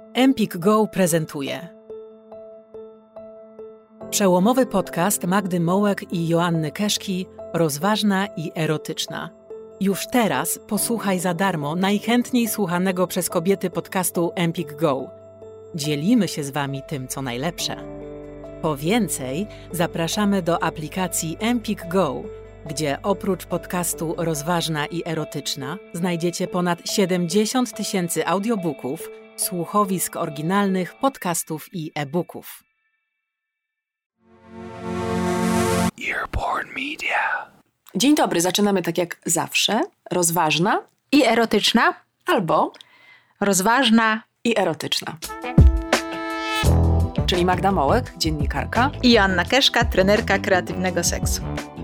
Empik Go prezentuje przełomowy podcast Magdy Mołek i Joanny Keszki Rozważna i erotyczna. Już teraz posłuchaj za darmo najchętniej słuchanego przez kobiety podcastu Empik Go. Dzielimy się z Wami tym, co najlepsze. Po więcej zapraszamy do aplikacji Empik Go, gdzie oprócz podcastu Rozważna i erotyczna znajdziecie ponad 70 000 audiobooków, słuchowisk oryginalnych, podcastów i e-booków. Earborn Media. Dzień dobry, zaczynamy tak jak zawsze. Rozważna i erotyczna, albo rozważna i erotyczna. Czyli Magda Mołek, dziennikarka, i Joanna Keszka, trenerka kreatywnego seksu.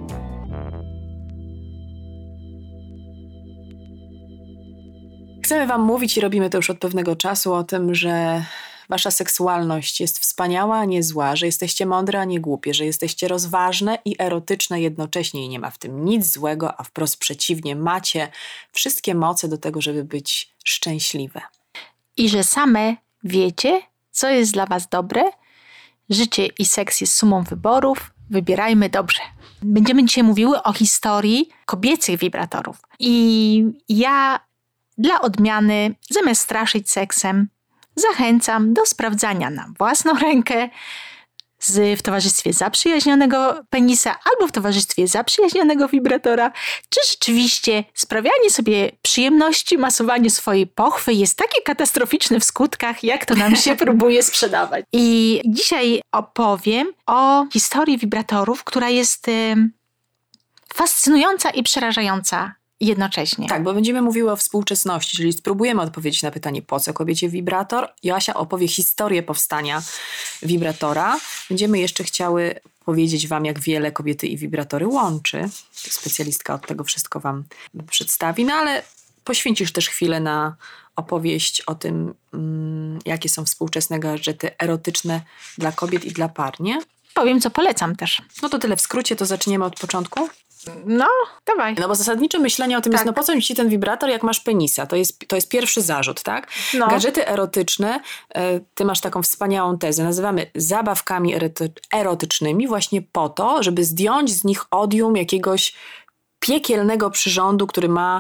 Chcemy Wam mówić i robimy to już od pewnego czasu o tym, że Wasza seksualność jest wspaniała, a nie zła, że jesteście mądre, a nie głupie, że jesteście rozważne i erotyczne jednocześnie i nie ma w tym nic złego, a wprost przeciwnie, macie wszystkie moce do tego, żeby być szczęśliwe. I że same wiecie, co jest dla Was dobre. Życie i seks jest sumą wyborów. Wybierajmy dobrze. Będziemy dzisiaj mówiły o historii kobiecych wibratorów. I ja dla odmiany, zamiast straszyć seksem, zachęcam do sprawdzania na własną rękę w towarzystwie zaprzyjaźnionego penisa albo w towarzystwie zaprzyjaźnionego wibratora, czy rzeczywiście sprawianie sobie przyjemności, masowanie swojej pochwy jest takie katastroficzne w skutkach, jak to nam się próbuje sprzedawać. I dzisiaj opowiem o historii wibratorów, która jest fascynująca i przerażająca jednocześnie. Tak, bo będziemy mówiły o współczesności, czyli spróbujemy odpowiedzieć na pytanie, po co kobiecie wibrator. Joasia opowie historię powstania wibratora. Będziemy jeszcze chciały powiedzieć Wam, jak wiele kobiety i wibratory łączy. Specjalistka od tego wszystko Wam przedstawi, no ale poświęcisz też chwilę na opowieść o tym, jakie są współczesne gadżety erotyczne dla kobiet i dla par, nie? Powiem, co polecam też. No to tyle w skrócie, to zaczniemy od początku. No, dawaj. No bo zasadnicze myślenie o tym jest, no po co ci ten wibrator, jak masz penisa? To jest pierwszy zarzut, tak? No. Gadżety erotyczne, ty masz taką wspaniałą tezę, nazywamy zabawkami erotycznymi właśnie po to, żeby zdjąć z nich odium jakiegoś piekielnego przyrządu, który ma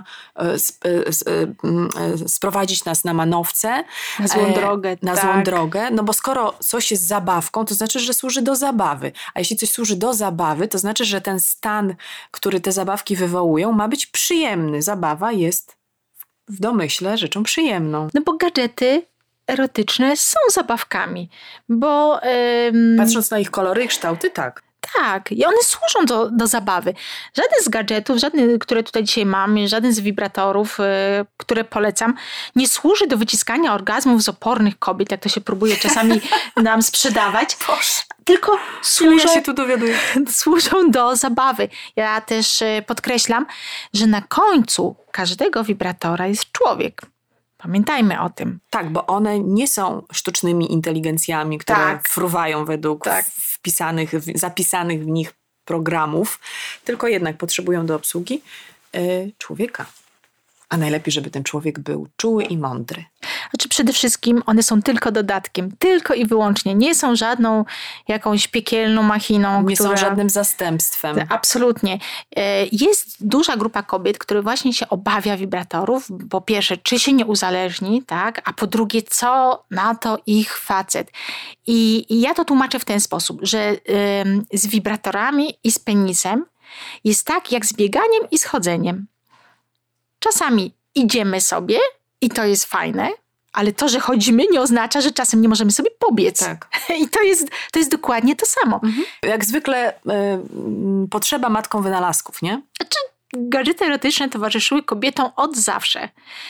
sprowadzić nas na manowce. Na złą drogę. Na złą drogę. No bo skoro coś jest zabawką, to znaczy, że służy do zabawy. A jeśli coś służy do zabawy, to znaczy, że ten stan, który te zabawki wywołują, ma być przyjemny. Zabawa jest w domyśle rzeczą przyjemną. No bo gadżety erotyczne są zabawkami, bo... Patrząc na ich kolory i kształty, tak. Tak, i one służą do zabawy. Żaden z gadżetów, które tutaj dzisiaj mamy, żaden z wibratorów, które polecam, nie służy do wyciskania orgazmów z opornych kobiet, jak to się próbuje czasami nam sprzedawać. Boże. Tylko Ja się tu dowiaduję. służą do zabawy. Ja też podkreślam, że na końcu każdego wibratora jest człowiek. Pamiętajmy o tym. Tak, bo one nie są sztucznymi inteligencjami, które fruwają według zapisanych w nich programów, tylko jednak potrzebują do obsługi człowieka. A najlepiej, żeby ten człowiek był czuły i mądry. Znaczy przede wszystkim one są tylko dodatkiem, tylko i wyłącznie. Nie są żadną jakąś piekielną machiną. Nie są żadnym zastępstwem. Absolutnie. Jest duża grupa kobiet, które właśnie się obawia wibratorów. Po pierwsze, czy się nie uzależni, tak? A po drugie, co na to ich facet. I ja to tłumaczę w ten sposób, że z wibratorami i z penisem jest tak jak z bieganiem i schodzeniem. Czasami idziemy sobie i to jest fajne, ale to, że chodzimy, nie oznacza, że czasem nie możemy sobie pobiec. Tak. I to jest dokładnie to samo. Jak zwykle potrzeba matką wynalazków, nie? Znaczy, gadżety erotyczne towarzyszyły kobietom od zawsze.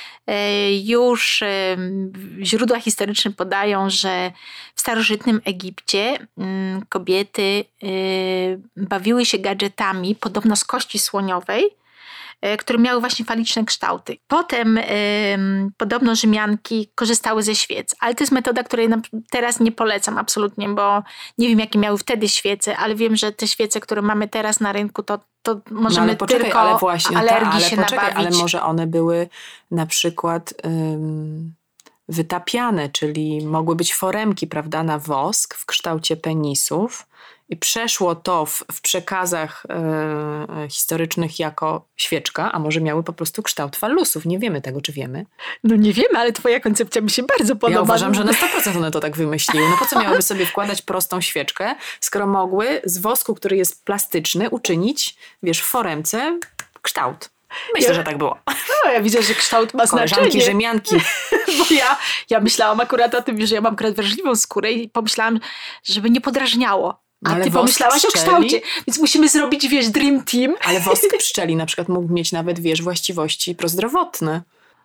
Już źródła historyczne podają, że w starożytnym Egipcie kobiety bawiły się gadżetami podobno z kości słoniowej, które miały właśnie faliczne kształty. Potem podobno Rzymianki korzystały ze świec, ale to jest metoda, której teraz nie polecam absolutnie, bo nie wiem, jakie miały wtedy świece, ale wiem, że te świece, które mamy teraz na rynku, to możemy tylko alergii się nabawić. Ale może one były na przykład wytapiane, czyli mogły być foremki, prawda, na wosk w kształcie penisów i przeszło to w przekazach historycznych jako świeczka, a może miały po prostu kształt fallusów. Nie wiemy tego, czy wiemy. No nie wiemy, ale twoja koncepcja mi się bardzo podoba. Ja uważam, że na 100% one to tak wymyśliły. No po co miałyby sobie wkładać prostą świeczkę, skoro mogły z wosku, który jest plastyczny, uczynić, wiesz, w foremce kształt. Myślę, że tak było. No, ja widzę, że kształt ma znaczenie. Rzemianki. Bo ja myślałam akurat o tym, że ja mam akurat wrażliwą skórę i pomyślałam, żeby nie podrażniało. A ale ty pomyślałaś o kształcie, więc musimy zrobić, wiesz, dream team. Ale wosk pszczeli na przykład mógł mieć nawet, wiesz, właściwości prozdrowotne.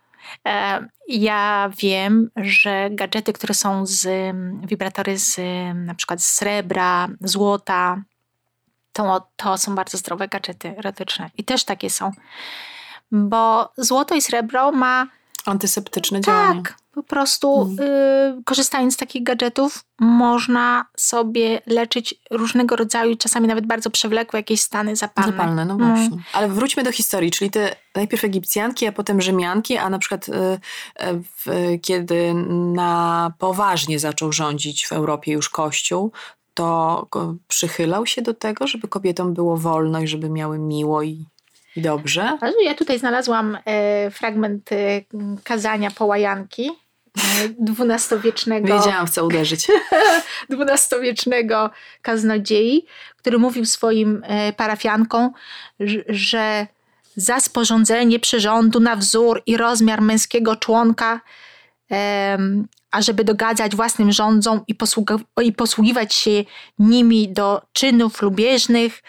Ja wiem, że gadżety, które są wibratory na przykład z srebra, złota, to są bardzo zdrowe gadżety erotyczne. I też takie są. Bo złoto i srebro ma antyseptyczne działanie. Tak, po prostu korzystając z takich gadżetów można sobie leczyć różnego rodzaju, czasami nawet bardzo przewlekłe jakieś stany zapalne. No właśnie. Ale wróćmy do historii, czyli te najpierw Egipcjanki, a potem Rzymianki, a na przykład kiedy na poważnie zaczął rządzić w Europie już Kościół, to przychylał się do tego, żeby kobietom było wolno i żeby miały miło i dobrze. Ja tutaj znalazłam fragment kazania połajanki XII-wiecznego. Wiedziałam, w co uderzyć. XII-wiecznego kaznodziei, który mówił swoim parafiankom, że za sporządzenie przyrządu na wzór i rozmiar męskiego członka, ażeby dogadzać własnym rządzom i posługiwać się nimi do czynów lubieżnych,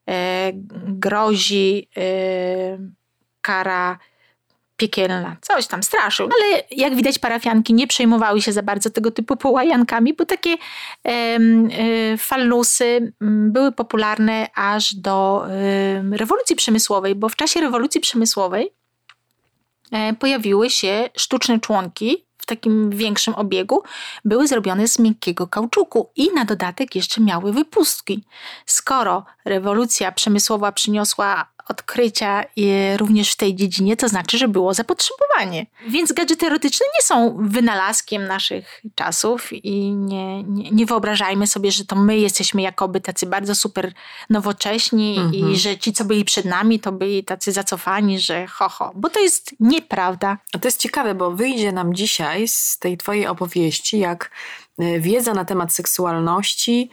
grozi kara piekielna. Coś tam straszył. Ale jak widać parafianki nie przejmowały się za bardzo tego typu połajankami, bo takie fallusy były popularne aż do rewolucji przemysłowej, bo w czasie rewolucji przemysłowej pojawiły się sztuczne członki w takim większym obiegu, były zrobione z miękkiego kauczuku i na dodatek jeszcze miały wypustki. Skoro rewolucja przemysłowa przyniosła odkrycia również w tej dziedzinie, to znaczy, że było zapotrzebowanie. Więc gadżety erotyczne nie są wynalazkiem naszych czasów i nie wyobrażajmy sobie, że to my jesteśmy jakoby tacy bardzo super nowocześni i że ci, co byli przed nami, to byli tacy zacofani, że bo to jest nieprawda. A to jest ciekawe, bo wyjdzie nam dzisiaj z tej twojej opowieści, jak wiedza na temat seksualności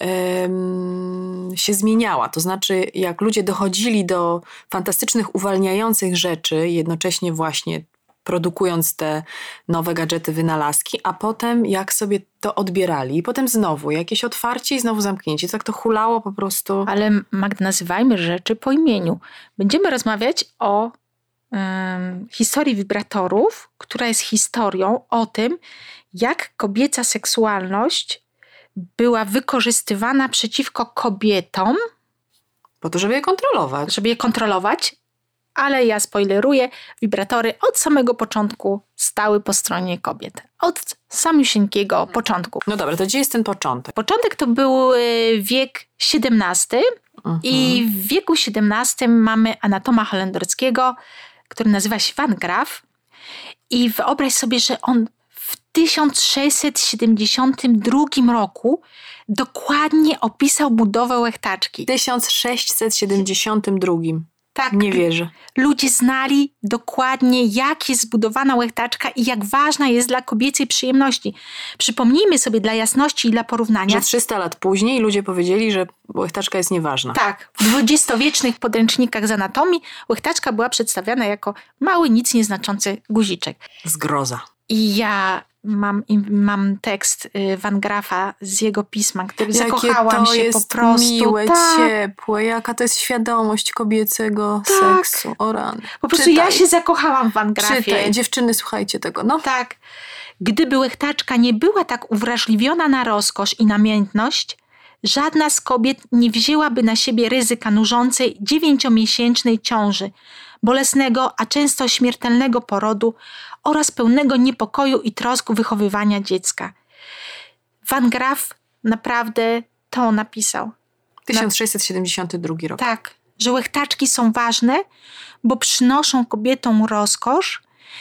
się zmieniała. To znaczy, jak ludzie dochodzili do fantastycznych, uwalniających rzeczy, jednocześnie właśnie produkując te nowe gadżety, wynalazki, a potem jak sobie to odbierali. I potem znowu jakieś otwarcie i znowu zamknięcie. Tak to hulało po prostu. Ale Magda, nazywajmy rzeczy po imieniu. Będziemy rozmawiać o historii wibratorów, która jest historią o tym, jak kobieca seksualność była wykorzystywana przeciwko kobietom. Po to, żeby je kontrolować. Ale ja spoileruję, wibratory od samego początku stały po stronie kobiet. Od samiusieńkiego początku. No dobra, to gdzie jest ten początek? Początek to był wiek XVII i w wieku XVII mamy anatoma holenderskiego, który nazywa się Van Graaf. I wyobraź sobie, że on w 1672 roku dokładnie opisał budowę łechtaczki. 1672. Tak. Nie wierzę. Ludzie znali dokładnie, jak jest zbudowana łechtaczka i jak ważna jest dla kobiecej przyjemności. Przypomnijmy sobie dla jasności i dla porównania. Że 300 lat później ludzie powiedzieli, że łechtaczka jest nieważna. Tak. W dwudziestowiecznych podręcznikach z anatomii łechtaczka była przedstawiana jako mały, nic nieznaczący guziczek. Zgroza. I ja mam tekst Van Graafa z jego pisma, który zakochałam się po prostu. Miłe, ciepłe, jaka to jest świadomość kobiecego seksu. O rany. Po prostu ja się zakochałam w Van Graafie. Czytaj, dziewczyny, słuchajcie tego. No. Tak. Gdyby łechtaczka nie była tak uwrażliwiona na rozkosz i namiętność, żadna z kobiet nie wzięłaby na siebie ryzyka nużącej 9-miesięcznej ciąży, bolesnego, a często śmiertelnego porodu oraz pełnego niepokoju i trosk wychowywania dziecka. Van Graaf naprawdę to napisał. 1672 rok. Tak, że łechtaczki są ważne, bo przynoszą kobietom rozkosz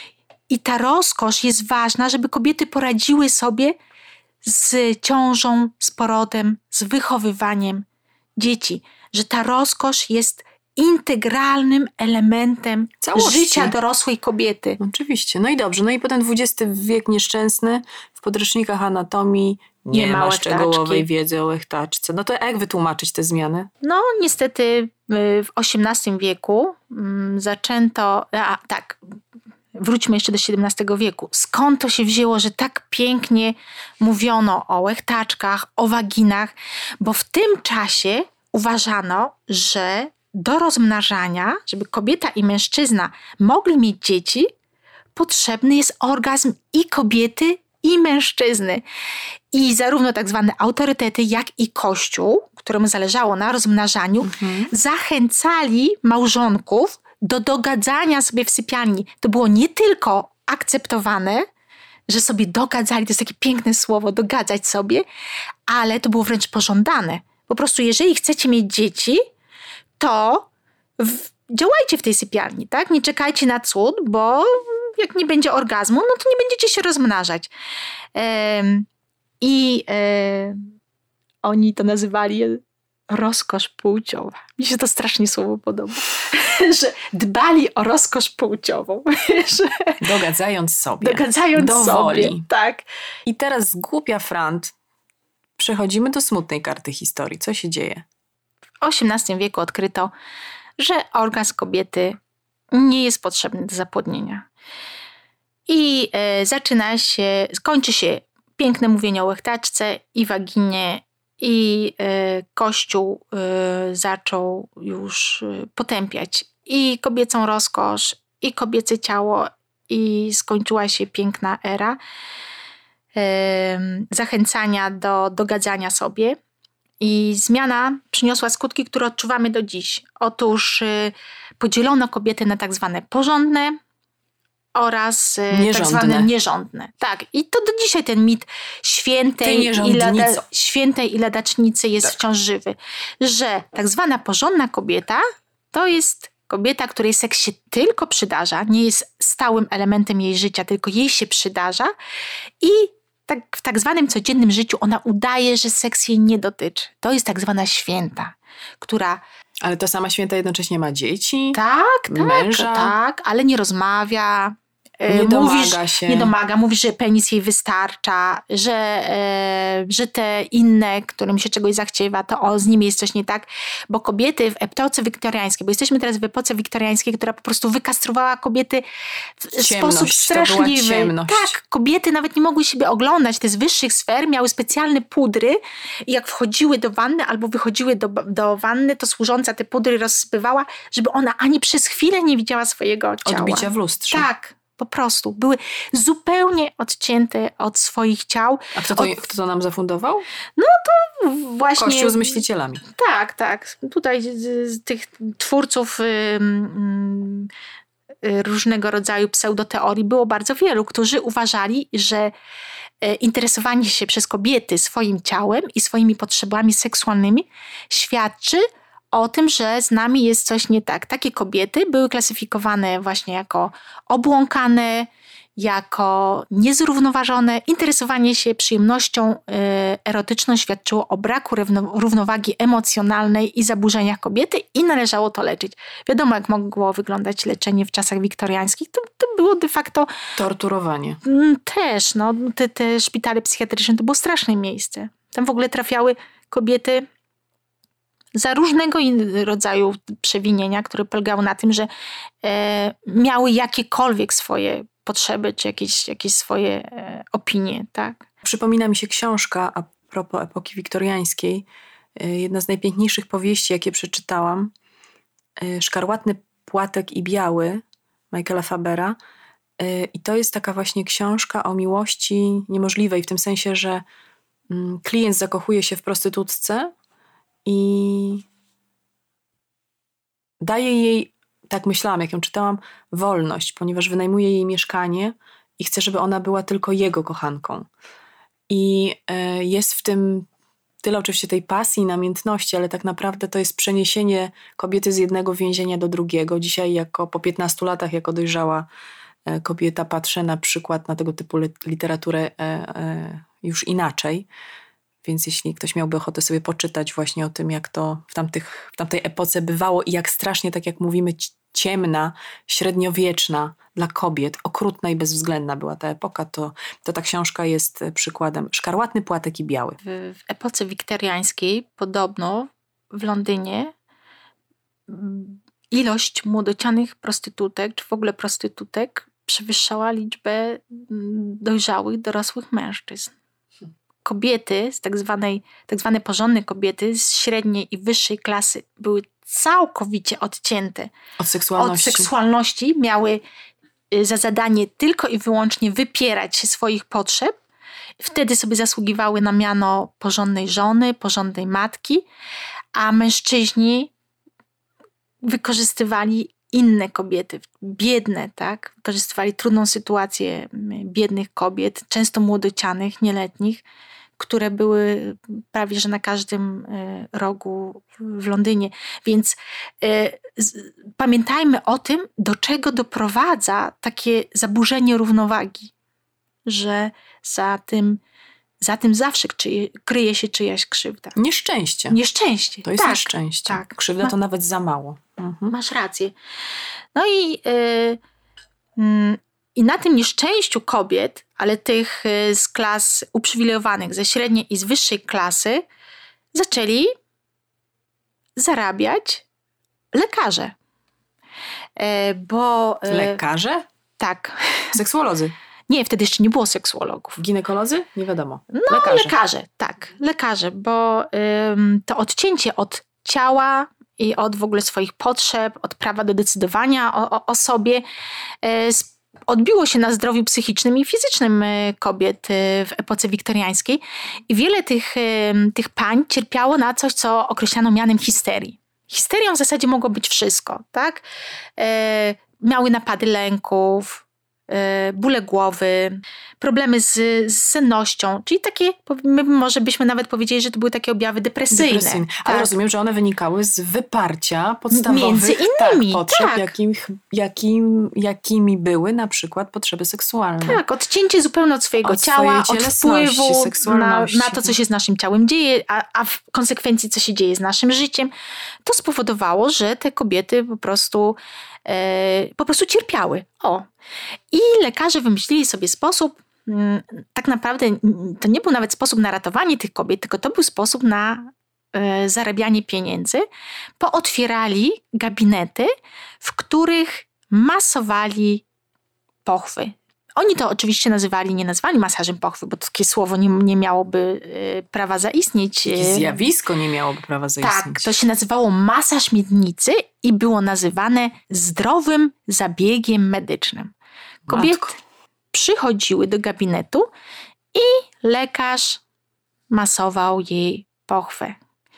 I ta rozkosz jest ważna, żeby kobiety poradziły sobie z ciążą, z porodem, z wychowywaniem dzieci. Że ta rozkosz jest integralnym elementem całości życia dorosłej kobiety. Oczywiście. No i dobrze. No i potem XX wiek nieszczęsny. W podręcznikach anatomii nie ma szczegółowej wiedzy o łechtaczce. No to jak wytłumaczyć te zmiany? No niestety w XVIII wieku zaczęto... Wróćmy jeszcze do XVII wieku. Skąd to się wzięło, że tak pięknie mówiono o łechtaczkach, o waginach? Bo w tym czasie uważano, że do rozmnażania, żeby kobieta i mężczyzna mogli mieć dzieci, potrzebny jest orgazm i kobiety, i mężczyzny. I zarówno tak zwane autorytety, jak i Kościół, któremu zależało na rozmnażaniu, zachęcali małżonków do dogadzania sobie w sypialni. To było nie tylko akceptowane, że sobie dogadzali, to jest takie piękne słowo, dogadzać sobie, ale to było wręcz pożądane. Po prostu jeżeli chcecie mieć dzieci, to działajcie w tej sypialni, tak? Nie czekajcie na cud, bo jak nie będzie orgazmu, no to nie będziecie się rozmnażać. Oni to nazywali rozkosz płciowa. Mi się to strasznie słowo podoba. Że dbali o rozkosz płciową. Dogadzając sobie. Dogadzając do sobie. Woli. Tak. I teraz głupia frant. Przechodzimy do smutnej karty historii. Co się dzieje? W XVIII wieku odkryto, że orgazm kobiety nie jest potrzebny do zapłodnienia. I kończy się piękne mówienie o łechtaczce i waginie i Kościół zaczął już potępiać i kobiecą rozkosz, i kobiece ciało i skończyła się piękna era zachęcania do dogadzania sobie. I zmiana przyniosła skutki, które odczuwamy do dziś. Otóż podzielono kobiety na tak zwane porządne oraz tak zwane nierządne. Tak, i to do dzisiaj ten mit świętej i ladacznicy jest wciąż żywy. Że tak zwana porządna kobieta to jest kobieta, której seks się tylko przydarza, nie jest stałym elementem jej życia, tylko jej się przydarza i w tak zwanym codziennym życiu ona udaje, że seks jej nie dotyczy. To jest tak zwana święta, która... Ale ta sama święta jednocześnie ma dzieci? Męża? Tak, ale nie rozmawia. Nie domaga. Mówisz, że penis jej wystarcza, że te inne, którym się czegoś zachciewa, to z nimi jest coś nie tak. Bo kobiety w epoce wiktoriańskiej, bo jesteśmy teraz w epoce wiktoriańskiej, która po prostu wykastrowała kobiety w sposób straszliwy. Tak, kobiety nawet nie mogły siebie oglądać. Te z wyższych sfer miały specjalne pudry i jak wchodziły do wanny albo wychodziły do wanny, to służąca te pudry rozsypywała, żeby ona ani przez chwilę nie widziała swojego ciała. Odbicia w lustrze. Tak. Po prostu. Były zupełnie odcięte od swoich ciał. A kto to nam zafundował? No to właśnie... Kościół z myślicielami. Tak. Tutaj z tych twórców różnego rodzaju pseudoteorii było bardzo wielu, którzy uważali, że interesowanie się przez kobiety swoim ciałem i swoimi potrzebami seksualnymi świadczy o tym, że z nami jest coś nie tak. Takie kobiety były klasyfikowane właśnie jako obłąkane, jako niezrównoważone. Interesowanie się przyjemnością erotyczną świadczyło o braku równowagi emocjonalnej i zaburzeniach kobiety i należało to leczyć. Wiadomo, jak mogło wyglądać leczenie w czasach wiktoriańskich. To było de facto... Torturowanie. Też. Te szpitale psychiatryczne to było straszne miejsce. Tam w ogóle trafiały kobiety za różnego rodzaju przewinienia, które polegały na tym, że miały jakiekolwiek swoje potrzeby, czy jakieś swoje opinie. Tak? Przypomina mi się książka a propos epoki wiktoriańskiej. Jedna z najpiękniejszych powieści, jakie przeczytałam. Szkarłatny płatek i biały Michaela Fabera. I to jest taka właśnie książka o miłości niemożliwej, w tym sensie, że klient zakochuje się w prostytutce i daje jej, tak myślałam, jak ją czytałam, wolność, ponieważ wynajmuje jej mieszkanie i chce, żeby ona była tylko jego kochanką. I jest w tym tyle oczywiście tej pasji i namiętności, ale tak naprawdę to jest przeniesienie kobiety z jednego więzienia do drugiego. Dzisiaj po 15 latach, jako dojrzała kobieta, patrzę na przykład na tego typu literaturę już inaczej. Więc jeśli ktoś miałby ochotę sobie poczytać właśnie o tym, jak to w tamtej epoce bywało i jak strasznie, tak jak mówimy, ciemna, średniowieczna dla kobiet, okrutna i bezwzględna była ta epoka, to ta książka jest przykładem. Szkarłatny płatek i biały. W epoce wiktoriańskiej podobno w Londynie ilość młodocianych prostytutek, czy w ogóle prostytutek przewyższała liczbę dojrzałych, dorosłych mężczyzn. Kobiety, tak zwane porządne kobiety z średniej i wyższej klasy były całkowicie odcięte od seksualności. Miały za zadanie tylko i wyłącznie wypierać się swoich potrzeb. Wtedy sobie zasługiwały na miano porządnej żony, porządnej matki, a mężczyźni wykorzystywali inne kobiety, biedne, tak? Wykorzystywali trudną sytuację biednych kobiet, często młodocianych, nieletnich, które były prawie że na każdym rogu w Londynie. Więc pamiętajmy o tym, do czego doprowadza takie zaburzenie równowagi, że za tym zawsze kryje się czyjaś krzywda. Nieszczęście. To jest nieszczęście. Tak. Krzywda to nawet za mało. Masz rację. No i na tym nieszczęściu kobiet, ale tych z klas uprzywilejowanych, ze średniej i z wyższej klasy, zaczęli zarabiać lekarze. Lekarze? Tak. Seksuolodzy? Nie, wtedy jeszcze nie było seksuologów. Ginekolodzy? Nie wiadomo. No, lekarze, tak. Lekarze, bo to odcięcie od ciała i od w ogóle swoich potrzeb, od prawa do decydowania o sobie odbiło się na zdrowiu psychicznym i fizycznym kobiet w epoce wiktoriańskiej i wiele tych pań cierpiało na coś, co określano mianem histerii. Histerią w zasadzie mogło być wszystko, tak? Miały napady lęków, bóle głowy, problemy z sennością, czyli takie, my może byśmy nawet powiedzieli, że to były takie objawy depresyjne. Tak. Tak. Ale rozumiem, że one wynikały z wyparcia podstawowych między innymi, potrzeb, jakimi były na przykład potrzeby seksualne. Tak, odcięcie zupełnie od swojego ciała, od wpływu na to, co się z naszym ciałem dzieje, a w konsekwencji, co się dzieje z naszym życiem. To spowodowało, że te kobiety po prostu cierpiały. I lekarze wymyślili sobie sposób, tak naprawdę to nie był nawet sposób na ratowanie tych kobiet, tylko to był sposób na zarabianie pieniędzy. Pootwierali gabinety, w których masowali pochwy. Oni to oczywiście nie nazwali masażem pochwy, bo takie słowo nie miałoby prawa zaistnieć. Takie zjawisko nie miałoby prawa zaistnieć. Tak, to się nazywało masaż miednicy i było nazywane zdrowym zabiegiem medycznym. Kobiety przychodziły do gabinetu i lekarz masował jej pochwę.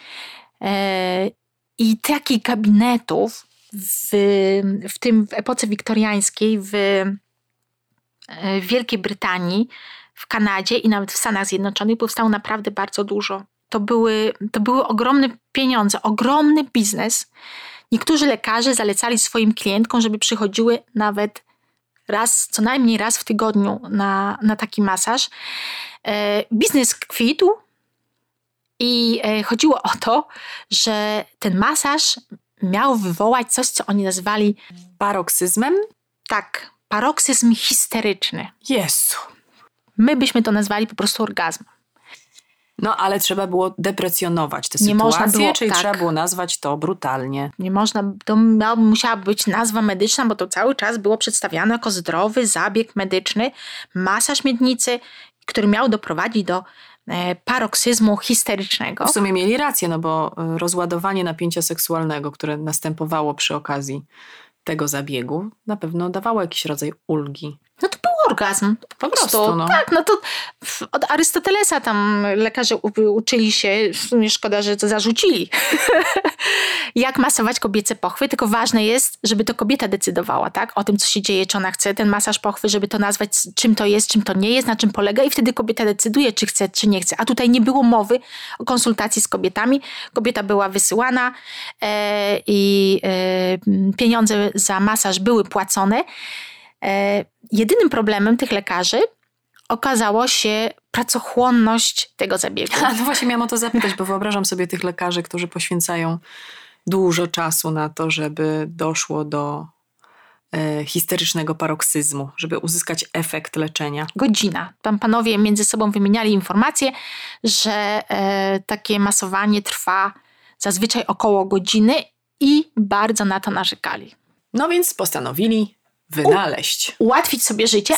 I takich gabinetów w epoce wiktoriańskiej w Wielkiej Brytanii, w Kanadzie i nawet w Stanach Zjednoczonych powstało naprawdę bardzo dużo. To były ogromne pieniądze, ogromny biznes. Niektórzy lekarze zalecali swoim klientkom, żeby przychodziły nawet co najmniej raz w tygodniu na taki masaż. Biznes kwitł i chodziło o to, że ten masaż miał wywołać coś, co oni nazwali paroksyzmem? Tak, paroksyzm histeryczny. Jezu. My byśmy to nazwali po prostu orgazmem. No, ale trzeba było deprecjonować tę sytuację, czyli trzeba było nazwać to brutalnie. Nie można, musiała być nazwa medyczna, bo to cały czas było przedstawiane jako zdrowy zabieg medyczny, masaż miednicy, który miał doprowadzić do paroksyzmu histerycznego. W sumie mieli rację, no bo rozładowanie napięcia seksualnego, które następowało przy okazji tego zabiegu, na pewno dawało jakiś rodzaj ulgi. No to był orgazm. Po prostu. No. Tak, no to od Arystotelesa tam lekarze uczyli się, w sumie szkoda, że to zarzucili, jak masować kobiece pochwy, tylko ważne jest, żeby to kobieta decydowała, tak? O tym, co się dzieje, czy ona chce ten masaż pochwy, żeby to nazwać, czym to jest, czym to nie jest, na czym polega i wtedy kobieta decyduje, czy chce, czy nie chce. A tutaj nie było mowy o konsultacji z kobietami. Kobieta była wysyłana i pieniądze za masaż były płacone. Jedynym problemem tych lekarzy okazało się pracochłonność tego zabiegu. No właśnie miałam o to zapytać, bo wyobrażam sobie tych lekarzy, którzy poświęcają dużo czasu na to, żeby doszło do histerycznego paroksyzmu, żeby uzyskać efekt leczenia. Godzina. Tam panowie między sobą wymieniali informacje, że takie masowanie trwa zazwyczaj około godziny i bardzo na to narzekali. No więc postanowili wynaleźć. Ułatwić sobie życie,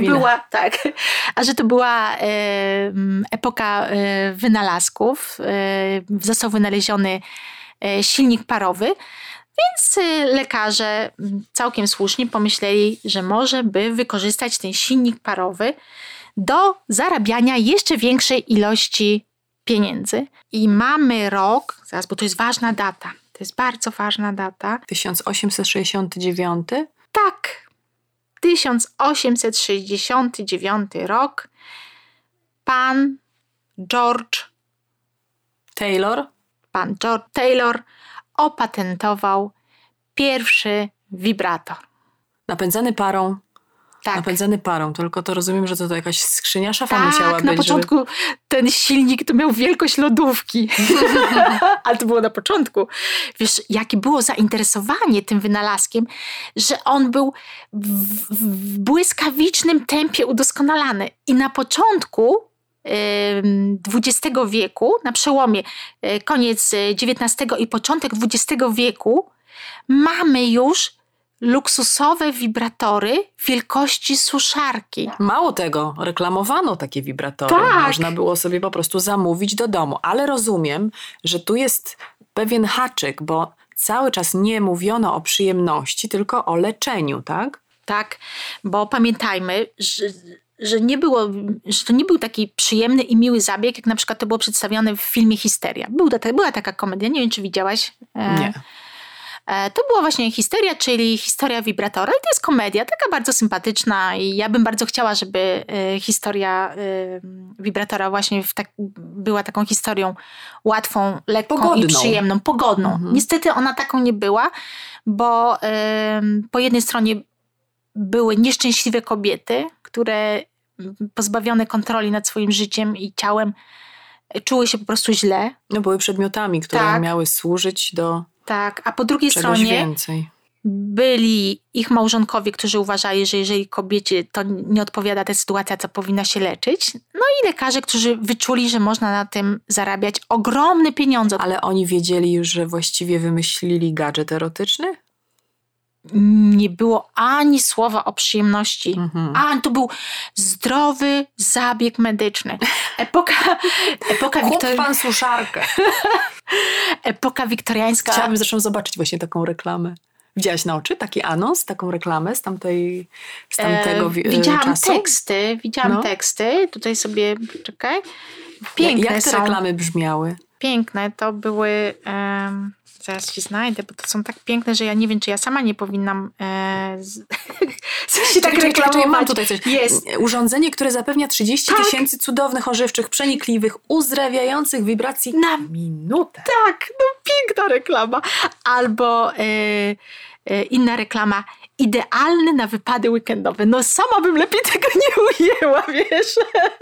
a że to była epoka wynalazków. Został wynaleziony silnik parowy, więc lekarze całkiem słusznie pomyśleli, że może by wykorzystać ten silnik parowy do zarabiania jeszcze większej ilości pieniędzy. I mamy rok, zaraz, bo to jest ważna data, to jest bardzo ważna data. 1869? Tak, 1869 rok. Pan George Taylor opatentował pierwszy wibrator. Napędzany parą. Tak. Napędzany parą, tylko to rozumiem, że to jakaś skrzynia szafa musiała być. Na początku ten silnik to miał wielkość lodówki. Ale to było na początku. Wiesz, jakie było zainteresowanie tym wynalazkiem, że on był w błyskawicznym tempie udoskonalany. I na początku XX wieku, na przełomie koniec XIX i początek XX wieku, mamy już luksusowe wibratory wielkości suszarki. Mało tego, reklamowano takie wibratory. Tak. Można było sobie po prostu zamówić do domu. Ale rozumiem, że tu jest pewien haczyk, bo cały czas nie mówiono o przyjemności, tylko o leczeniu, tak? Tak, bo pamiętajmy, że to nie był taki przyjemny i miły zabieg, jak na przykład to było przedstawione w filmie Histeria. Była taka komedia, nie wiem, czy widziałaś? Nie. To była właśnie Histeria, czyli historia wibratora. I to jest komedia, taka bardzo sympatyczna i ja bym bardzo chciała, żeby historia wibratora właśnie była taką historią łatwą, lekką pogodną. I przyjemną, pogodną. Mhm. Niestety ona taką nie była, bo po jednej stronie były nieszczęśliwe kobiety, które pozbawione kontroli nad swoim życiem i ciałem czuły się po prostu źle. No były przedmiotami, które miały służyć do tak, a po drugiej czegoś stronie więcej. Byli ich małżonkowie, którzy uważali, że jeżeli kobiecie to nie odpowiada ta sytuacja, to powinna się leczyć. No i lekarze, którzy wyczuli, że można na tym zarabiać ogromne pieniądze. Ale oni wiedzieli już, że właściwie wymyślili gadżet erotyczny? Nie było ani słowa o przyjemności. Mhm. To był zdrowy zabieg medyczny. Epoka Kup pan suszarkę. Epoka wiktoriańska. Chciałabym zresztą zobaczyć właśnie taką reklamę. Widziałaś na oczy taki anons, taką reklamę z tamtego czasu? Widziałam teksty. Tutaj sobie, czekaj. Piękne Jak te reklamy brzmiały? Piękne. To były... Zaraz ci znajdę, bo to są tak piękne, że ja nie wiem, czy ja sama nie powinnam się tak reklamować. Mam tutaj coś. Jest. Urządzenie, które zapewnia 30 000 cudownych, ożywczych, przenikliwych, uzdrawiających wibracji na minutę. Tak, no piękna reklama. Albo inna reklama. Idealny na wypady weekendowe. No sama bym lepiej tego nie ujęła, wiesz.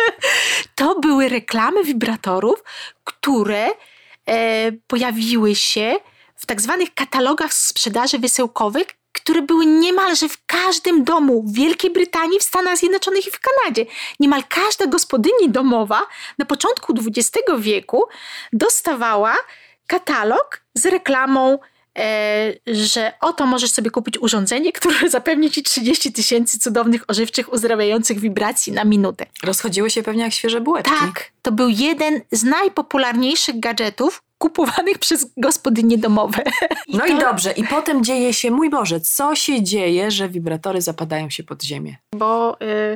To były reklamy wibratorów, które pojawiły się w tak zwanych katalogach sprzedaży wysyłkowych, które były niemalże w każdym domu w Wielkiej Brytanii, w Stanach Zjednoczonych i w Kanadzie. Niemal każda gospodyni domowa na początku XX wieku dostawała katalog z reklamą, że oto możesz sobie kupić urządzenie, które zapewni ci 30 000 cudownych, ożywczych, uzdrawiających wibracji na minutę. Rozchodziły się pewnie jak świeże bułeczki. Tak, to był jeden z najpopularniejszych gadżetów kupowanych przez gospodynie domowe. I dobrze. I potem dzieje się, mój Boże, co się dzieje, że wibratory zapadają się pod ziemię? Bo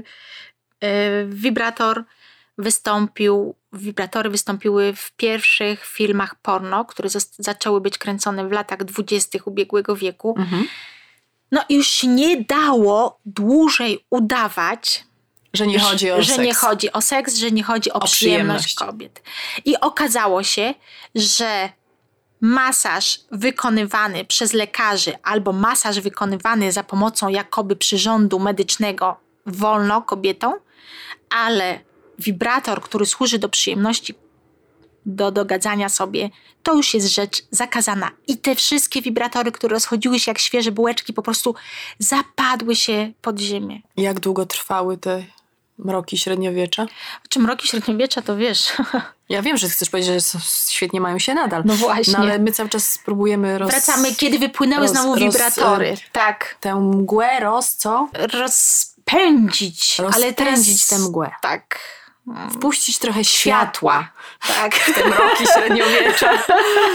wibratory wystąpiły w pierwszych filmach porno, które zaczęły być kręcone w latach 20. ubiegłego wieku. Mhm. No i już się nie dało dłużej udawać, że nie chodzi o seks. Że nie chodzi o seks, że nie chodzi o przyjemność kobiet. I okazało się, że masaż wykonywany przez lekarzy albo masaż wykonywany za pomocą jakoby przyrządu medycznego wolno kobietom, ale wibrator, który służy do przyjemności, do dogadzania sobie, to już jest rzecz zakazana. I te wszystkie wibratory, które rozchodziły się jak świeże bułeczki, po prostu zapadły się pod ziemię. Jak długo trwały te mroki średniowiecza? Czy mroki średniowiecza, to wiesz... Ja wiem, że chcesz powiedzieć, że świetnie mają się nadal. No właśnie. No ale my cały czas spróbujemy Wracamy, kiedy wypłynęły znowu wibratory. Tak. Tę mgłę Rozpędzić. Ale teraz... Rozpędzić tę mgłę. Tak. Wpuścić trochę światła. Tak. W te mroki średniowiecza.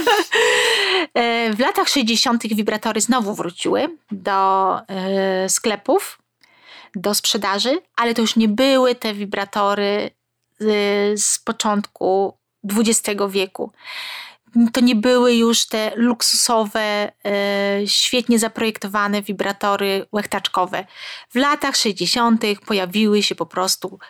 W latach 60. wibratory znowu wróciły do sklepów, do sprzedaży, ale to już nie były te wibratory z początku XX wieku. To nie były już te luksusowe, świetnie zaprojektowane wibratory łechtaczkowe. W latach 60. pojawiły się po prostu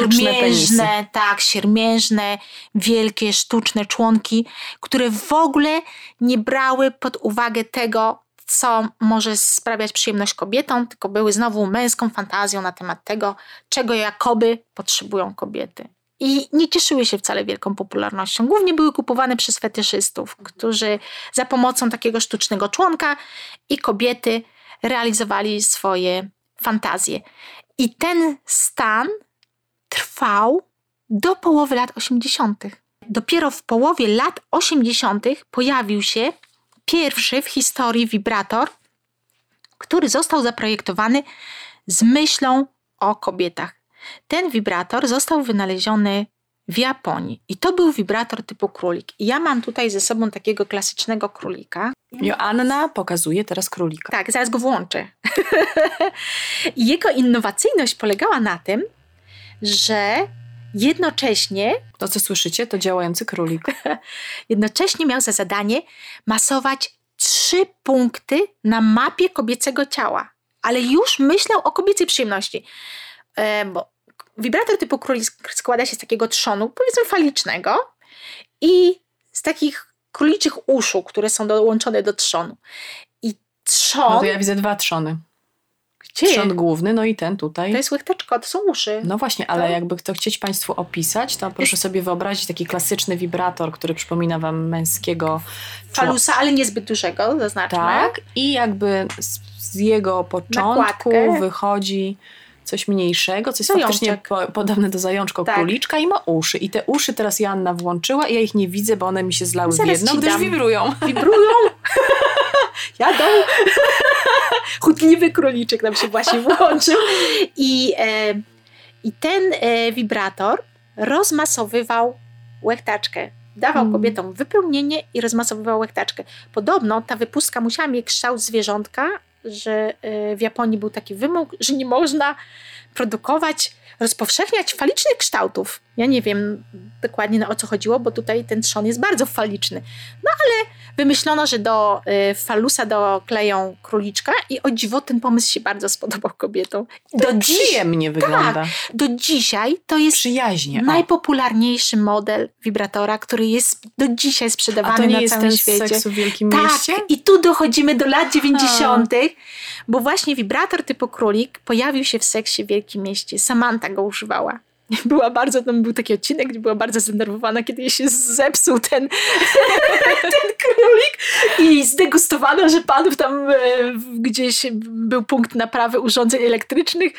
siermiężne, wielkie, sztuczne członki, które w ogóle nie brały pod uwagę tego, co może sprawiać przyjemność kobietom, tylko były znowu męską fantazją na temat tego, czego jakoby potrzebują kobiety. I nie cieszyły się wcale wielką popularnością. Głównie były kupowane przez fetyszystów, którzy za pomocą takiego sztucznego członka i kobiety realizowali swoje fantazje. I ten stan trwał do połowy lat 80. Dopiero w połowie lat 80. pojawił się pierwszy w historii wibrator, który został zaprojektowany z myślą o kobietach. Ten wibrator został wynaleziony w Japonii i to był wibrator typu królik. I ja mam tutaj ze sobą takiego klasycznego królika. Joanna pokazuje teraz królika. Tak, zaraz go włączę. I jego innowacyjność polegała na tym, że jednocześnie... To, co słyszycie, to działający królik. Jednocześnie miał za zadanie masować 3 punkty na mapie kobiecego ciała. Ale już myślał o kobiecej przyjemności. Bo wibrator typu królik składa się z takiego trzonu, powiedzmy falicznego i z takich króliczych uszu, które są dołączone do trzonu. I trzon... No to ja widzę 2 trzony. Gdzie? Trzon główny, no i ten tutaj. To jest łechtaczko, to są uszy. No właśnie, ale jakby to chcieć Państwu opisać, to proszę sobie wyobrazić taki klasyczny wibrator, który przypomina Wam męskiego falusa, ale niezbyt dużego, zaznaczmy. Tak, i jakby z jego początku wychodzi coś mniejszego, coś faktycznie podobne do zajączka króliczka i ma uszy. I te uszy teraz Joanna włączyła i ja ich nie widzę, bo one mi się zlały w jedno, gdyż wibrują. Wibrują? Jadą. Chutliwy króliczek nam się właśnie włączył. I ten wibrator rozmasowywał łechtaczkę. Dawał kobietom wypełnienie i rozmasowywał łechtaczkę. Podobno ta wypustka musiała mieć kształt zwierzątka, że w Japonii był taki wymóg, że nie można rozpowszechniać falicznych kształtów. Ja nie wiem dokładnie o co chodziło, bo tutaj ten trzon jest bardzo faliczny. No ale wymyślono, że do falusa dokleją króliczka i o dziwo ten pomysł się bardzo spodobał kobietom. Przyjemnie wygląda. Tak, do dzisiaj to jest najpopularniejszy model wibratora, który jest do dzisiaj sprzedawany na całym świecie. A to nie jest ten z Seksu w Wielkim Mieście? Tak, i tu dochodzimy do lat 90., bo właśnie wibrator typu królik pojawił się w Seksie w Wielkim Mieście. Samantha go używała. Tam był taki odcinek, gdzie była bardzo zdenerwowana, kiedy jej się zepsuł ten królik i zdegustowano, że padł tam gdzieś był punkt naprawy urządzeń elektrycznych.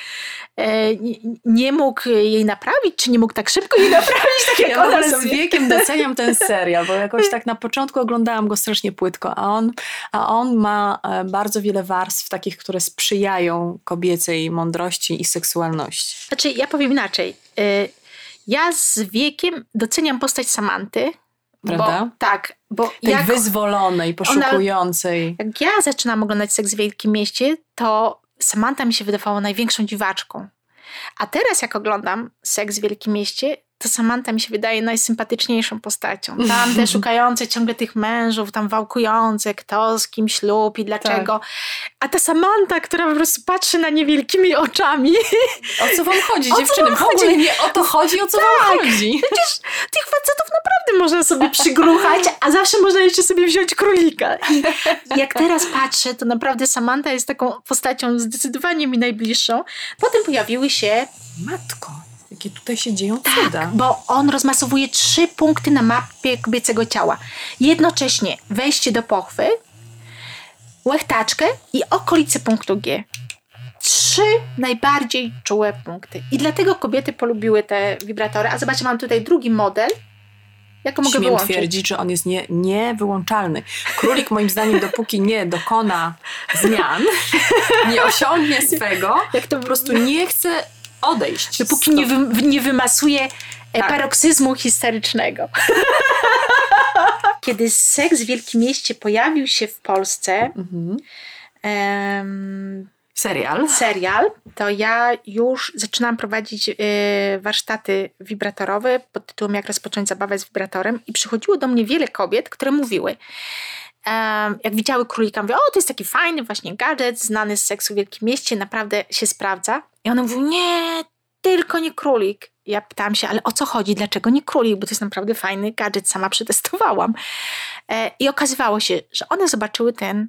Nie mógł jej naprawić, czy nie mógł tak szybko jej naprawić, tak jak ona sobie. Z wiekiem doceniam ten serial, bo jakoś tak na początku oglądałam go strasznie płytko, a on ma bardzo wiele warstw takich, które sprzyjają kobiecej mądrości i seksualności. Znaczy, ja powiem inaczej. Ja z wiekiem doceniam postać Samanty. Prawda? Bo tej wyzwolonej, poszukującej. Jak ja zaczynam oglądać Seks w Wielkim Mieście, to Samantha mi się wydawała największą dziwaczką. A teraz jak oglądam Seks w Wielkim Mieście, to Samantha mi się wydaje najsympatyczniejszą postacią. Tam te szukające ciągle tych mężów, tam wałkujące, kto z kim ślub i dlaczego. Tak. A ta Samantha, która po prostu patrzy na nie wielkimi oczami. O co wam chodzi, dziewczyny? W ogóle nie o to chodzi, o co wam chodzi. Przecież tych facetów naprawdę każdym można sobie przygruchać, a zawsze można jeszcze sobie wziąć królika. I jak teraz patrzę, to naprawdę Samantha jest taką postacią zdecydowanie mi najbliższą. Potem pojawiły się... Matko, jakie tutaj się dzieją Tak, cuda. bo on rozmasowuje 3 punkty na mapie kobiecego ciała. Jednocześnie wejście do pochwy, łechtaczkę i okolice punktu G. 3 najbardziej czułe punkty. I dlatego kobiety polubiły te wibratory. A zobaczcie, mam tutaj drugi model. Jak go mogę Śmiem wyłączyć? twierdzić, że on jest niewyłączalny. Królik moim zdaniem, dopóki nie dokona zmian, nie osiągnie swego, Jak to po prostu nie chce odejść. Dopóki nie wymasuje paroksyzmu histerycznego. Kiedy Seks w Wielkim Mieście pojawił się w Polsce, serial, to ja już zaczynałam prowadzić warsztaty wibratorowe pod tytułem Jak rozpocząć zabawę z wibratorem i przychodziło do mnie wiele kobiet, które mówiły, jak widziały królika, mówią, o, to jest taki fajny właśnie gadżet, znany z Seksu w Wielkim Mieście, naprawdę się sprawdza. I one mówią, nie, tylko nie królik. Ja pytałam się, ale o co chodzi? Dlaczego nie królik? Bo to jest naprawdę fajny gadżet, sama przetestowałam. I okazywało się, że one zobaczyły ten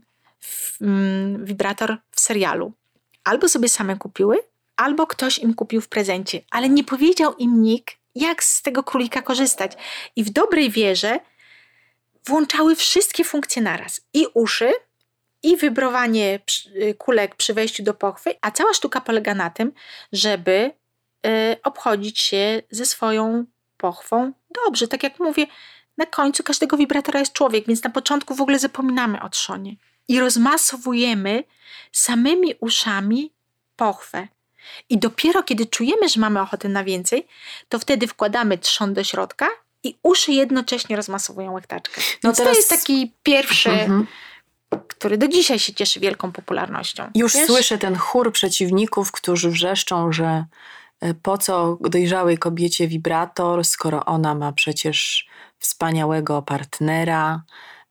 wibrator w serialu. Albo sobie same kupiły, albo ktoś im kupił w prezencie, ale nie powiedział im nikt, jak z tego królika korzystać. I w dobrej wierze włączały wszystkie funkcje naraz. I uszy, i wibrowanie kulek przy wejściu do pochwy, a cała sztuka polega na tym, żeby obchodzić się ze swoją pochwą dobrze. Tak jak mówię, na końcu każdego wibratora jest człowiek, więc na początku w ogóle zapominamy o trzonie. I rozmasowujemy samymi uszami pochwę. I dopiero kiedy czujemy, że mamy ochotę na więcej, to wtedy wkładamy trzon do środka i uszy jednocześnie rozmasowują łechtaczkę. Więc teraz... to jest taki pierwszy, który do dzisiaj się cieszy wielką popularnością. Już słyszę ten chór przeciwników, którzy wrzeszczą, że po co dojrzałej kobiecie wibrator, skoro ona ma przecież wspaniałego partnera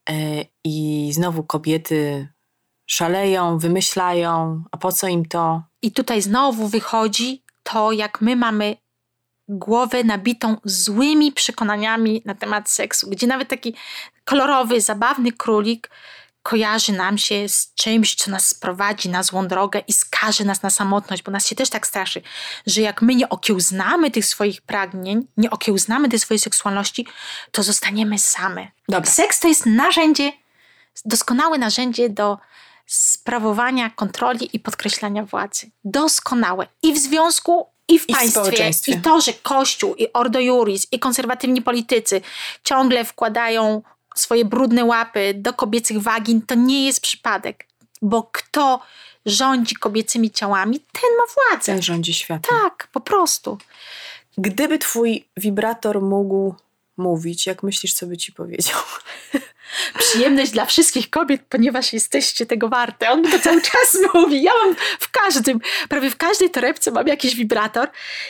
i znowu kobiety szaleją, wymyślają, a po co im to? I tutaj znowu wychodzi to, jak my mamy głowę nabitą złymi przekonaniami na temat seksu, gdzie nawet taki kolorowy, zabawny królik kojarzy nam się z czymś, co nas sprowadzi na złą drogę i skaże nas na samotność, bo nas się też tak straszy, że jak my nie okiełznamy tych swoich pragnień, nie okiełznamy tej swojej seksualności, to zostaniemy same. Dobra. Seks to jest narzędzie, doskonałe narzędzie do sprawowania kontroli i podkreślania władzy. Doskonałe. I w związku, i w państwie. I to, że Kościół, i Ordo Iuris, i konserwatywni politycy ciągle wkładają swoje brudne łapy do kobiecych wagin, to nie jest przypadek. Bo kto rządzi kobiecymi ciałami, ten ma władzę. Ten rządzi światem. Tak, po prostu. Gdyby twój wibrator mógł mówić, jak myślisz, co by ci powiedział? Przyjemność dla wszystkich kobiet, ponieważ jesteście tego warte. On to cały czas mówi. Ja mam prawie w każdej torebce mam jakiś wibrator.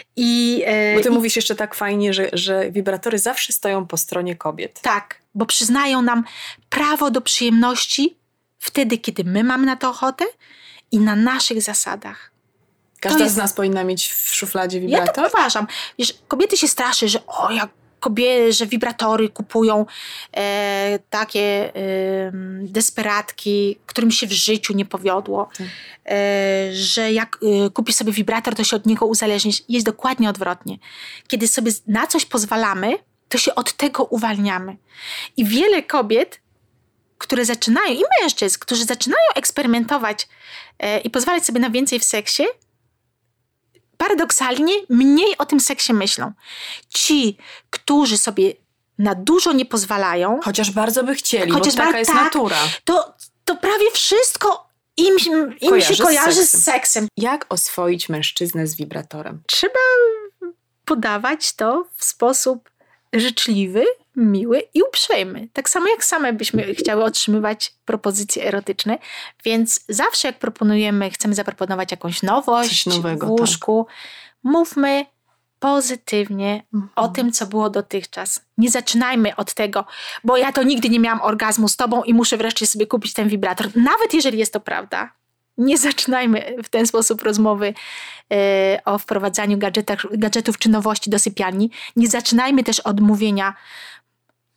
Bo ty mówisz jeszcze tak fajnie, że wibratory zawsze stoją po stronie kobiet. Tak, bo przyznają nam prawo do przyjemności wtedy, kiedy my mamy na to ochotę i na naszych zasadach. Każda z nas powinna mieć w szufladzie wibrator? Ja tak uważam. Wiesz, kobiety się straszy, że że wibratory kupują takie desperatki, którym się w życiu nie powiodło, że jak kupi sobie wibrator, to się od niego uzależnić. Jest dokładnie odwrotnie. Kiedy sobie na coś pozwalamy, to się od tego uwalniamy. I wiele kobiet, które zaczynają, i mężczyzn, którzy zaczynają eksperymentować i pozwalać sobie na więcej w seksie, paradoksalnie mniej o tym seksie myślą. Ci, którzy sobie na dużo nie pozwalają, chociaż bardzo by chcieli, bo taka jest natura. To prawie wszystko im się kojarzy z seksem. Jak oswoić mężczyznę z wibratorem? Trzeba podawać to w sposób życzliwy, miły i uprzejmy. Tak samo jak same byśmy chciały otrzymywać propozycje erotyczne, więc zawsze jak chcemy zaproponować jakąś nowość nowego, w łóżku, mówmy pozytywnie o tym, co było dotychczas. Nie zaczynajmy od tego, bo ja to nigdy nie miałam orgazmu z tobą i muszę wreszcie sobie kupić ten wibrator. Nawet jeżeli jest to prawda. Nie zaczynajmy w ten sposób rozmowy o wprowadzaniu gadżetów czy nowości do sypialni. Nie zaczynajmy też od mówienia: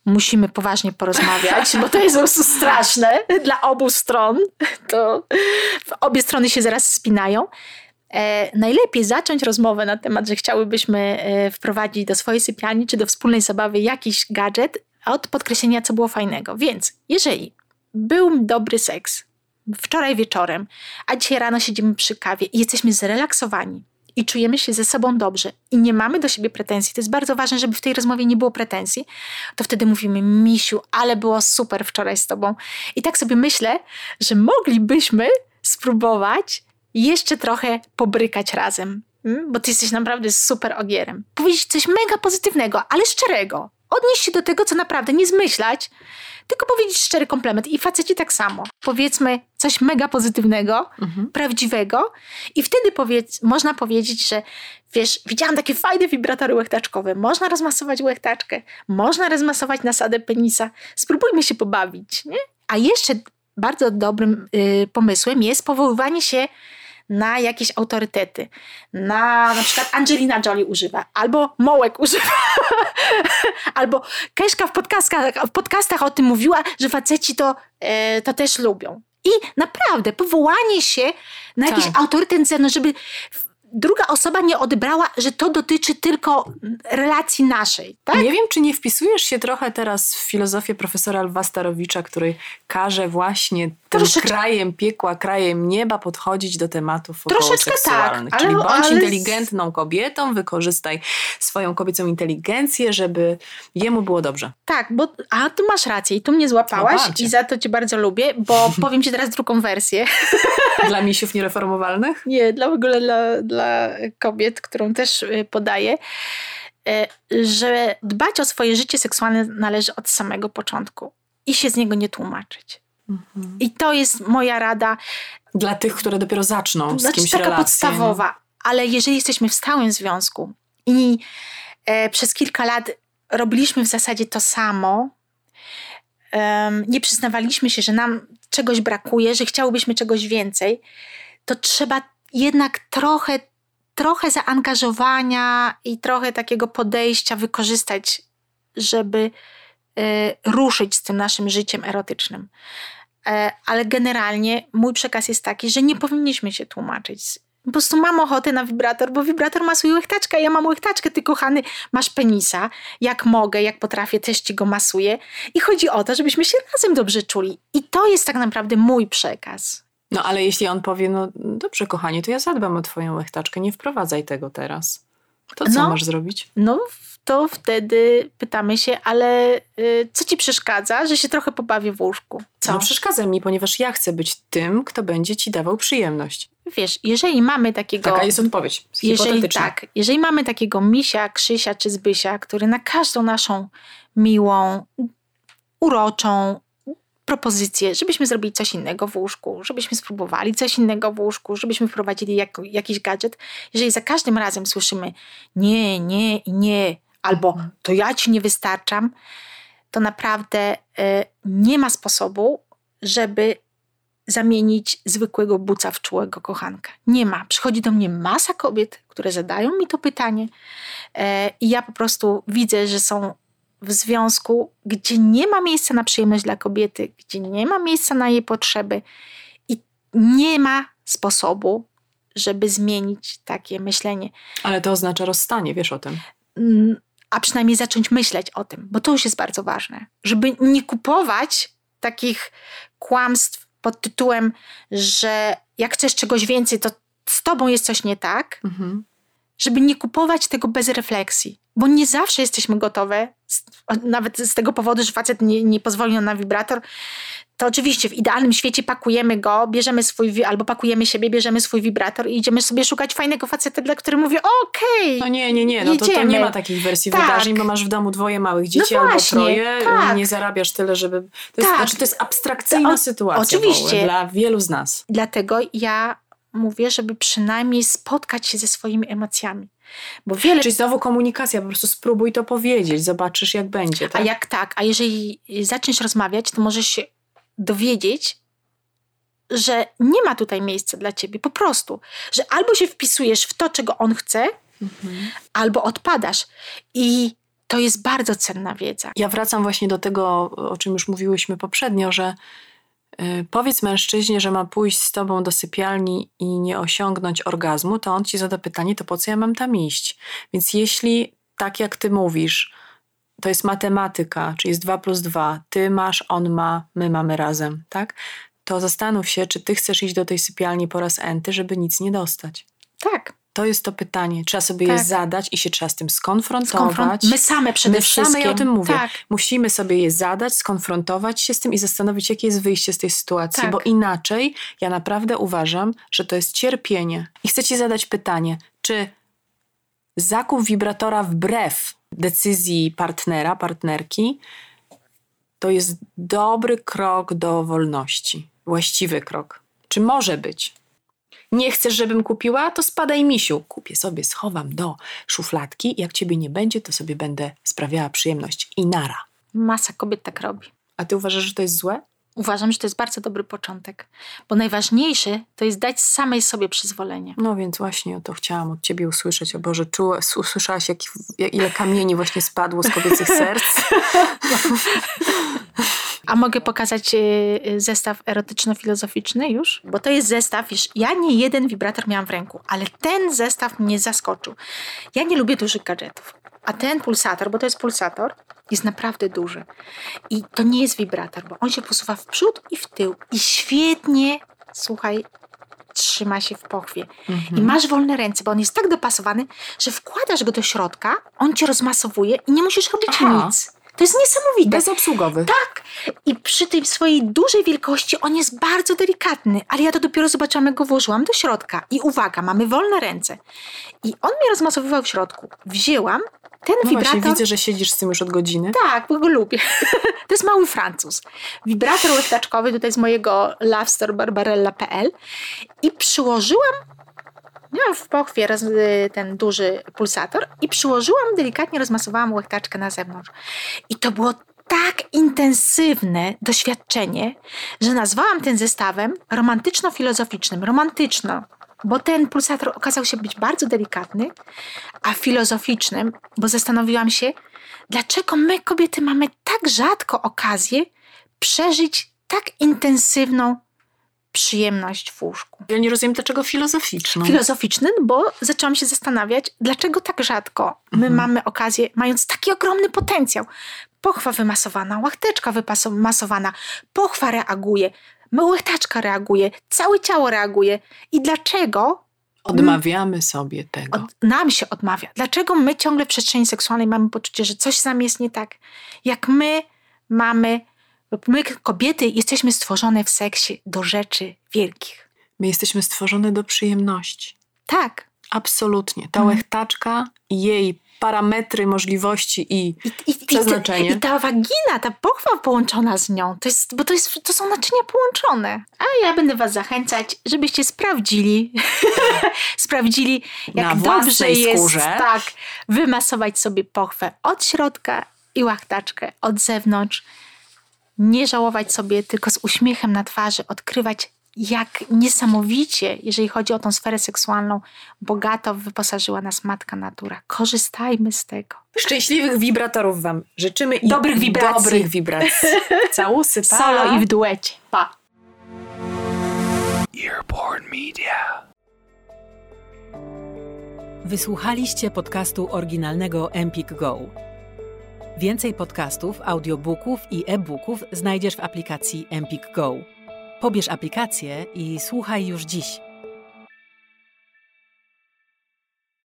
musimy poważnie porozmawiać, bo to jest po prostu straszne dla obu stron. To obie strony się zaraz spinają. Najlepiej zacząć rozmowę na temat, że chciałybyśmy wprowadzić do swojej sypialni czy do wspólnej zabawy jakiś gadżet od podkreślenia, co było fajnego. Więc jeżeli był dobry seks wczoraj wieczorem, a dzisiaj rano siedzimy przy kawie i jesteśmy zrelaksowani i czujemy się ze sobą dobrze i nie mamy do siebie pretensji, to jest bardzo ważne, żeby w tej rozmowie nie było pretensji, to wtedy mówimy: Misiu, ale było super wczoraj z tobą. I tak sobie myślę, że moglibyśmy spróbować jeszcze trochę pobrykać razem, bo ty jesteś naprawdę super ogierem. Powiedzieć coś mega pozytywnego, ale szczerego. Odnieść się do tego, co naprawdę, nie zmyślać, tylko powiedzieć szczery komplement. I faceci tak samo. Powiedzmy coś mega pozytywnego, prawdziwego i wtedy można powiedzieć, że wiesz, widziałam takie fajne wibratory łechtaczkowe. Można rozmasować łechtaczkę, można rozmasować nasadę penisa. Spróbujmy się pobawić, nie? A jeszcze bardzo dobrym pomysłem jest powoływanie się na jakieś autorytety. Na przykład Angelina Jolie używa, albo Mołek używa, albo Keszka w podcastach o tym mówiła, że faceci to też lubią. I naprawdę powołanie się na jakiś autorytet z zewnątrz, żeby druga osoba nie odebrała, że to dotyczy tylko relacji naszej. Tak? Nie wiem, czy nie wpisujesz się trochę teraz w filozofię profesora Lwa Starowicza, który każe właśnie tym krajem piekła, krajem nieba podchodzić do tematów okołoseksualnych. Tak, czyli bądź inteligentną kobietą, wykorzystaj swoją kobiecą inteligencję, żeby jemu było dobrze. Tak, a tu masz rację i tu mnie złapałaś i za to cię bardzo lubię, bo powiem ci teraz drugą wersję. Dla misiów niereformowalnych? Nie, w ogóle dla kobiet, którą też podaję, że dbać o swoje życie seksualne należy od samego początku i się z niego nie tłumaczyć. I to jest moja rada. Dla tych, które dopiero zaczną z kimś taka relację. podstawowa. Ale jeżeli jesteśmy w stałym związku i przez kilka lat robiliśmy w zasadzie to samo, nie przyznawaliśmy się, że nam czegoś brakuje, że chciałybyśmy czegoś więcej, to trzeba jednak trochę zaangażowania i trochę takiego podejścia wykorzystać, żeby ruszyć z tym naszym życiem erotycznym. Ale generalnie mój przekaz jest taki, że nie powinniśmy się tłumaczyć. Po prostu mam ochotę na wibrator, bo wibrator ma swój łechtaczkę, ja mam łechtaczkę, ty kochany masz penisa. Jak mogę, jak potrafię, też ci go masuję. I chodzi o to, żebyśmy się razem dobrze czuli. I to jest tak naprawdę mój przekaz. No ale jeśli on powie, no dobrze kochanie, to ja zadbam o twoją łechtaczkę, nie wprowadzaj tego teraz. To co masz zrobić? No to wtedy pytamy się, ale co ci przeszkadza, że się trochę pobawię w łóżku? Co? No przeszkadza mi, ponieważ ja chcę być tym, kto będzie ci dawał przyjemność. Wiesz, jeżeli mamy takiego... Taka jest odpowiedź, hipotetyczna. Jeżeli mamy takiego Misia, Krzysia czy Zbysia, który na każdą naszą miłą, uroczą propozycję, żebyśmy zrobili coś innego w łóżku, żebyśmy spróbowali coś innego w łóżku, żebyśmy wprowadzili jakiś gadżet. Jeżeli za każdym razem słyszymy nie, nie i nie, albo to ja ci nie wystarczam, to naprawdę nie ma sposobu, żeby zamienić zwykłego buca w czułego kochanka. Nie ma. Przychodzi do mnie masa kobiet, które zadają mi to pytanie i ja po prostu widzę, że są w związku, gdzie nie ma miejsca na przyjemność dla kobiety, gdzie nie ma miejsca na jej potrzeby i nie ma sposobu, żeby zmienić takie myślenie. Ale to oznacza rozstanie, wiesz o tym. A przynajmniej zacząć myśleć o tym, bo to już jest bardzo ważne. Żeby nie kupować takich kłamstw pod tytułem, że jak chcesz czegoś więcej, to z tobą jest coś nie tak. Żeby nie kupować tego bez refleksji. Bo nie zawsze jesteśmy gotowe, nawet z tego powodu, że facet nie pozwoli nam na wibrator, to oczywiście w idealnym świecie pakujemy go, bierzemy albo pakujemy siebie, bierzemy swój wibrator i idziemy sobie szukać fajnego faceta, dla którego mówię, okej, no nie, no to nie ma takich wersji wydarzeń, bo masz w domu 2 małych dzieci albo 3, nie zarabiasz tyle, żeby... To jest abstrakcyjna sytuacja oczywiście dla wielu z nas. Dlatego ja mówię, żeby przynajmniej spotkać się ze swoimi emocjami. Bo Czyli znowu komunikacja, po prostu spróbuj to powiedzieć, zobaczysz jak będzie. Tak? A jeżeli zaczniesz rozmawiać, to możesz się dowiedzieć, że nie ma tutaj miejsca dla ciebie, po prostu. Że albo się wpisujesz w to, czego on chce, albo odpadasz. I to jest bardzo cenna wiedza. Ja wracam właśnie do tego, o czym już mówiłyśmy poprzednio, że powiedz mężczyźnie, że ma pójść z tobą do sypialni i nie osiągnąć orgazmu, to on ci zada pytanie, to po co ja mam tam iść? Więc jeśli, tak jak ty mówisz, to jest matematyka, czyli jest 2 + 2, ty masz, on ma, my mamy razem, tak? To zastanów się, czy ty chcesz iść do tej sypialni po raz enty, żeby nic nie dostać. Tak. To jest to pytanie. Trzeba sobie je zadać i się trzeba z tym skonfrontować. My same przede wszystkim. My same, o tym mówię. Tak. Musimy sobie je zadać, skonfrontować się z tym i zastanowić, jakie jest wyjście z tej sytuacji. Tak. Bo inaczej ja naprawdę uważam, że to jest cierpienie. I chcę ci zadać pytanie, czy zakup wibratora wbrew decyzji partnera, partnerki, to jest dobry krok do wolności. Właściwy krok. Czy może być? Nie chcesz, żebym kupiła? To spadaj, misiu. Kupię sobie, schowam do szufladki. Jak ciebie nie będzie, to sobie będę sprawiała przyjemność. I nara. Masa kobiet tak robi. A ty uważasz, że to jest złe? Uważam, że to jest bardzo dobry początek. Bo najważniejsze to jest dać samej sobie przyzwolenie. No więc właśnie o to chciałam od ciebie usłyszeć. O Boże, usłyszałaś, ile kamieni właśnie spadło z kobiecych serc? A mogę pokazać zestaw erotyczno-filozoficzny już? Bo to jest zestaw, wiesz, ja nie jeden wibrator miałam w ręku, ale ten zestaw mnie zaskoczył. Ja nie lubię dużych gadżetów. A ten pulsator, bo to jest pulsator, jest naprawdę duży. I to nie jest wibrator, bo on się posuwa w przód i w tył. I świetnie, słuchaj, trzyma się w pochwie. I masz wolne ręce, bo on jest tak dopasowany, że wkładasz go do środka, on cię rozmasowuje i nie musisz robić nic. To jest niesamowite. Bezobsługowy. Tak. I przy tej swojej dużej wielkości on jest bardzo delikatny, ale ja to dopiero zobaczyłam, jak go włożyłam do środka. I uwaga, mamy wolne ręce. I on mnie rozmasowywał w środku. Wzięłam ten wibrator. Właśnie, widzę, że siedzisz z tym już od godziny. Tak, bo go lubię. To jest mały Francuz. Wibrator łechtaczkowy tutaj z mojego lovestore.barbarella.pl i przyłożyłam, miałam w pochwie ten duży pulsator i przyłożyłam, delikatnie rozmasowałam łechtaczkę na zewnątrz. I to było tak intensywne doświadczenie, że nazwałam ten zestawem romantyczno-filozoficznym. Romantyczno, bo ten pulsator okazał się być bardzo delikatny, a filozoficznym, bo zastanowiłam się, dlaczego my, kobiety, mamy tak rzadko okazję przeżyć tak intensywną przyjemność w łóżku. Ja nie rozumiem, dlaczego filozoficzną. Filozoficzny, bo zaczęłam się zastanawiać, dlaczego tak rzadko my mamy okazję, mając taki ogromny potencjał. Pochwa wymasowana, łechteczka wymasowana, pochwa reaguje, łechtaczka reaguje, całe ciało reaguje. I dlaczego odmawiamy sobie tego? Nam się odmawia. Dlaczego my ciągle w przestrzeni seksualnej mamy poczucie, że coś z nami jest nie tak? Jak my, kobiety, jesteśmy stworzone w seksie do rzeczy wielkich. My jesteśmy stworzone do przyjemności. Tak. Absolutnie. Ta łechtaczka, jej parametry, możliwości i przeznaczenie. I ta wagina, ta pochwa połączona z nią, to są naczynia połączone. A ja będę was zachęcać, żebyście sprawdzili, jak dobrze jest wymasować sobie pochwę od środka i łechtaczkę od zewnątrz. Nie żałować sobie, tylko z uśmiechem na twarzy odkrywać, jak niesamowicie, jeżeli chodzi o tą sferę seksualną, bogato wyposażyła nas Matka Natura. Korzystajmy z tego. Szczęśliwych wibratorów wam życzymy i dobrych wibracji. Całusy, pa. Solo i w duecie. Pa. Earborn Media. Wysłuchaliście podcastu oryginalnego Empik Go. Więcej podcastów, audiobooków i e-booków znajdziesz w aplikacji Empik Go. Pobierz aplikację i słuchaj już dziś.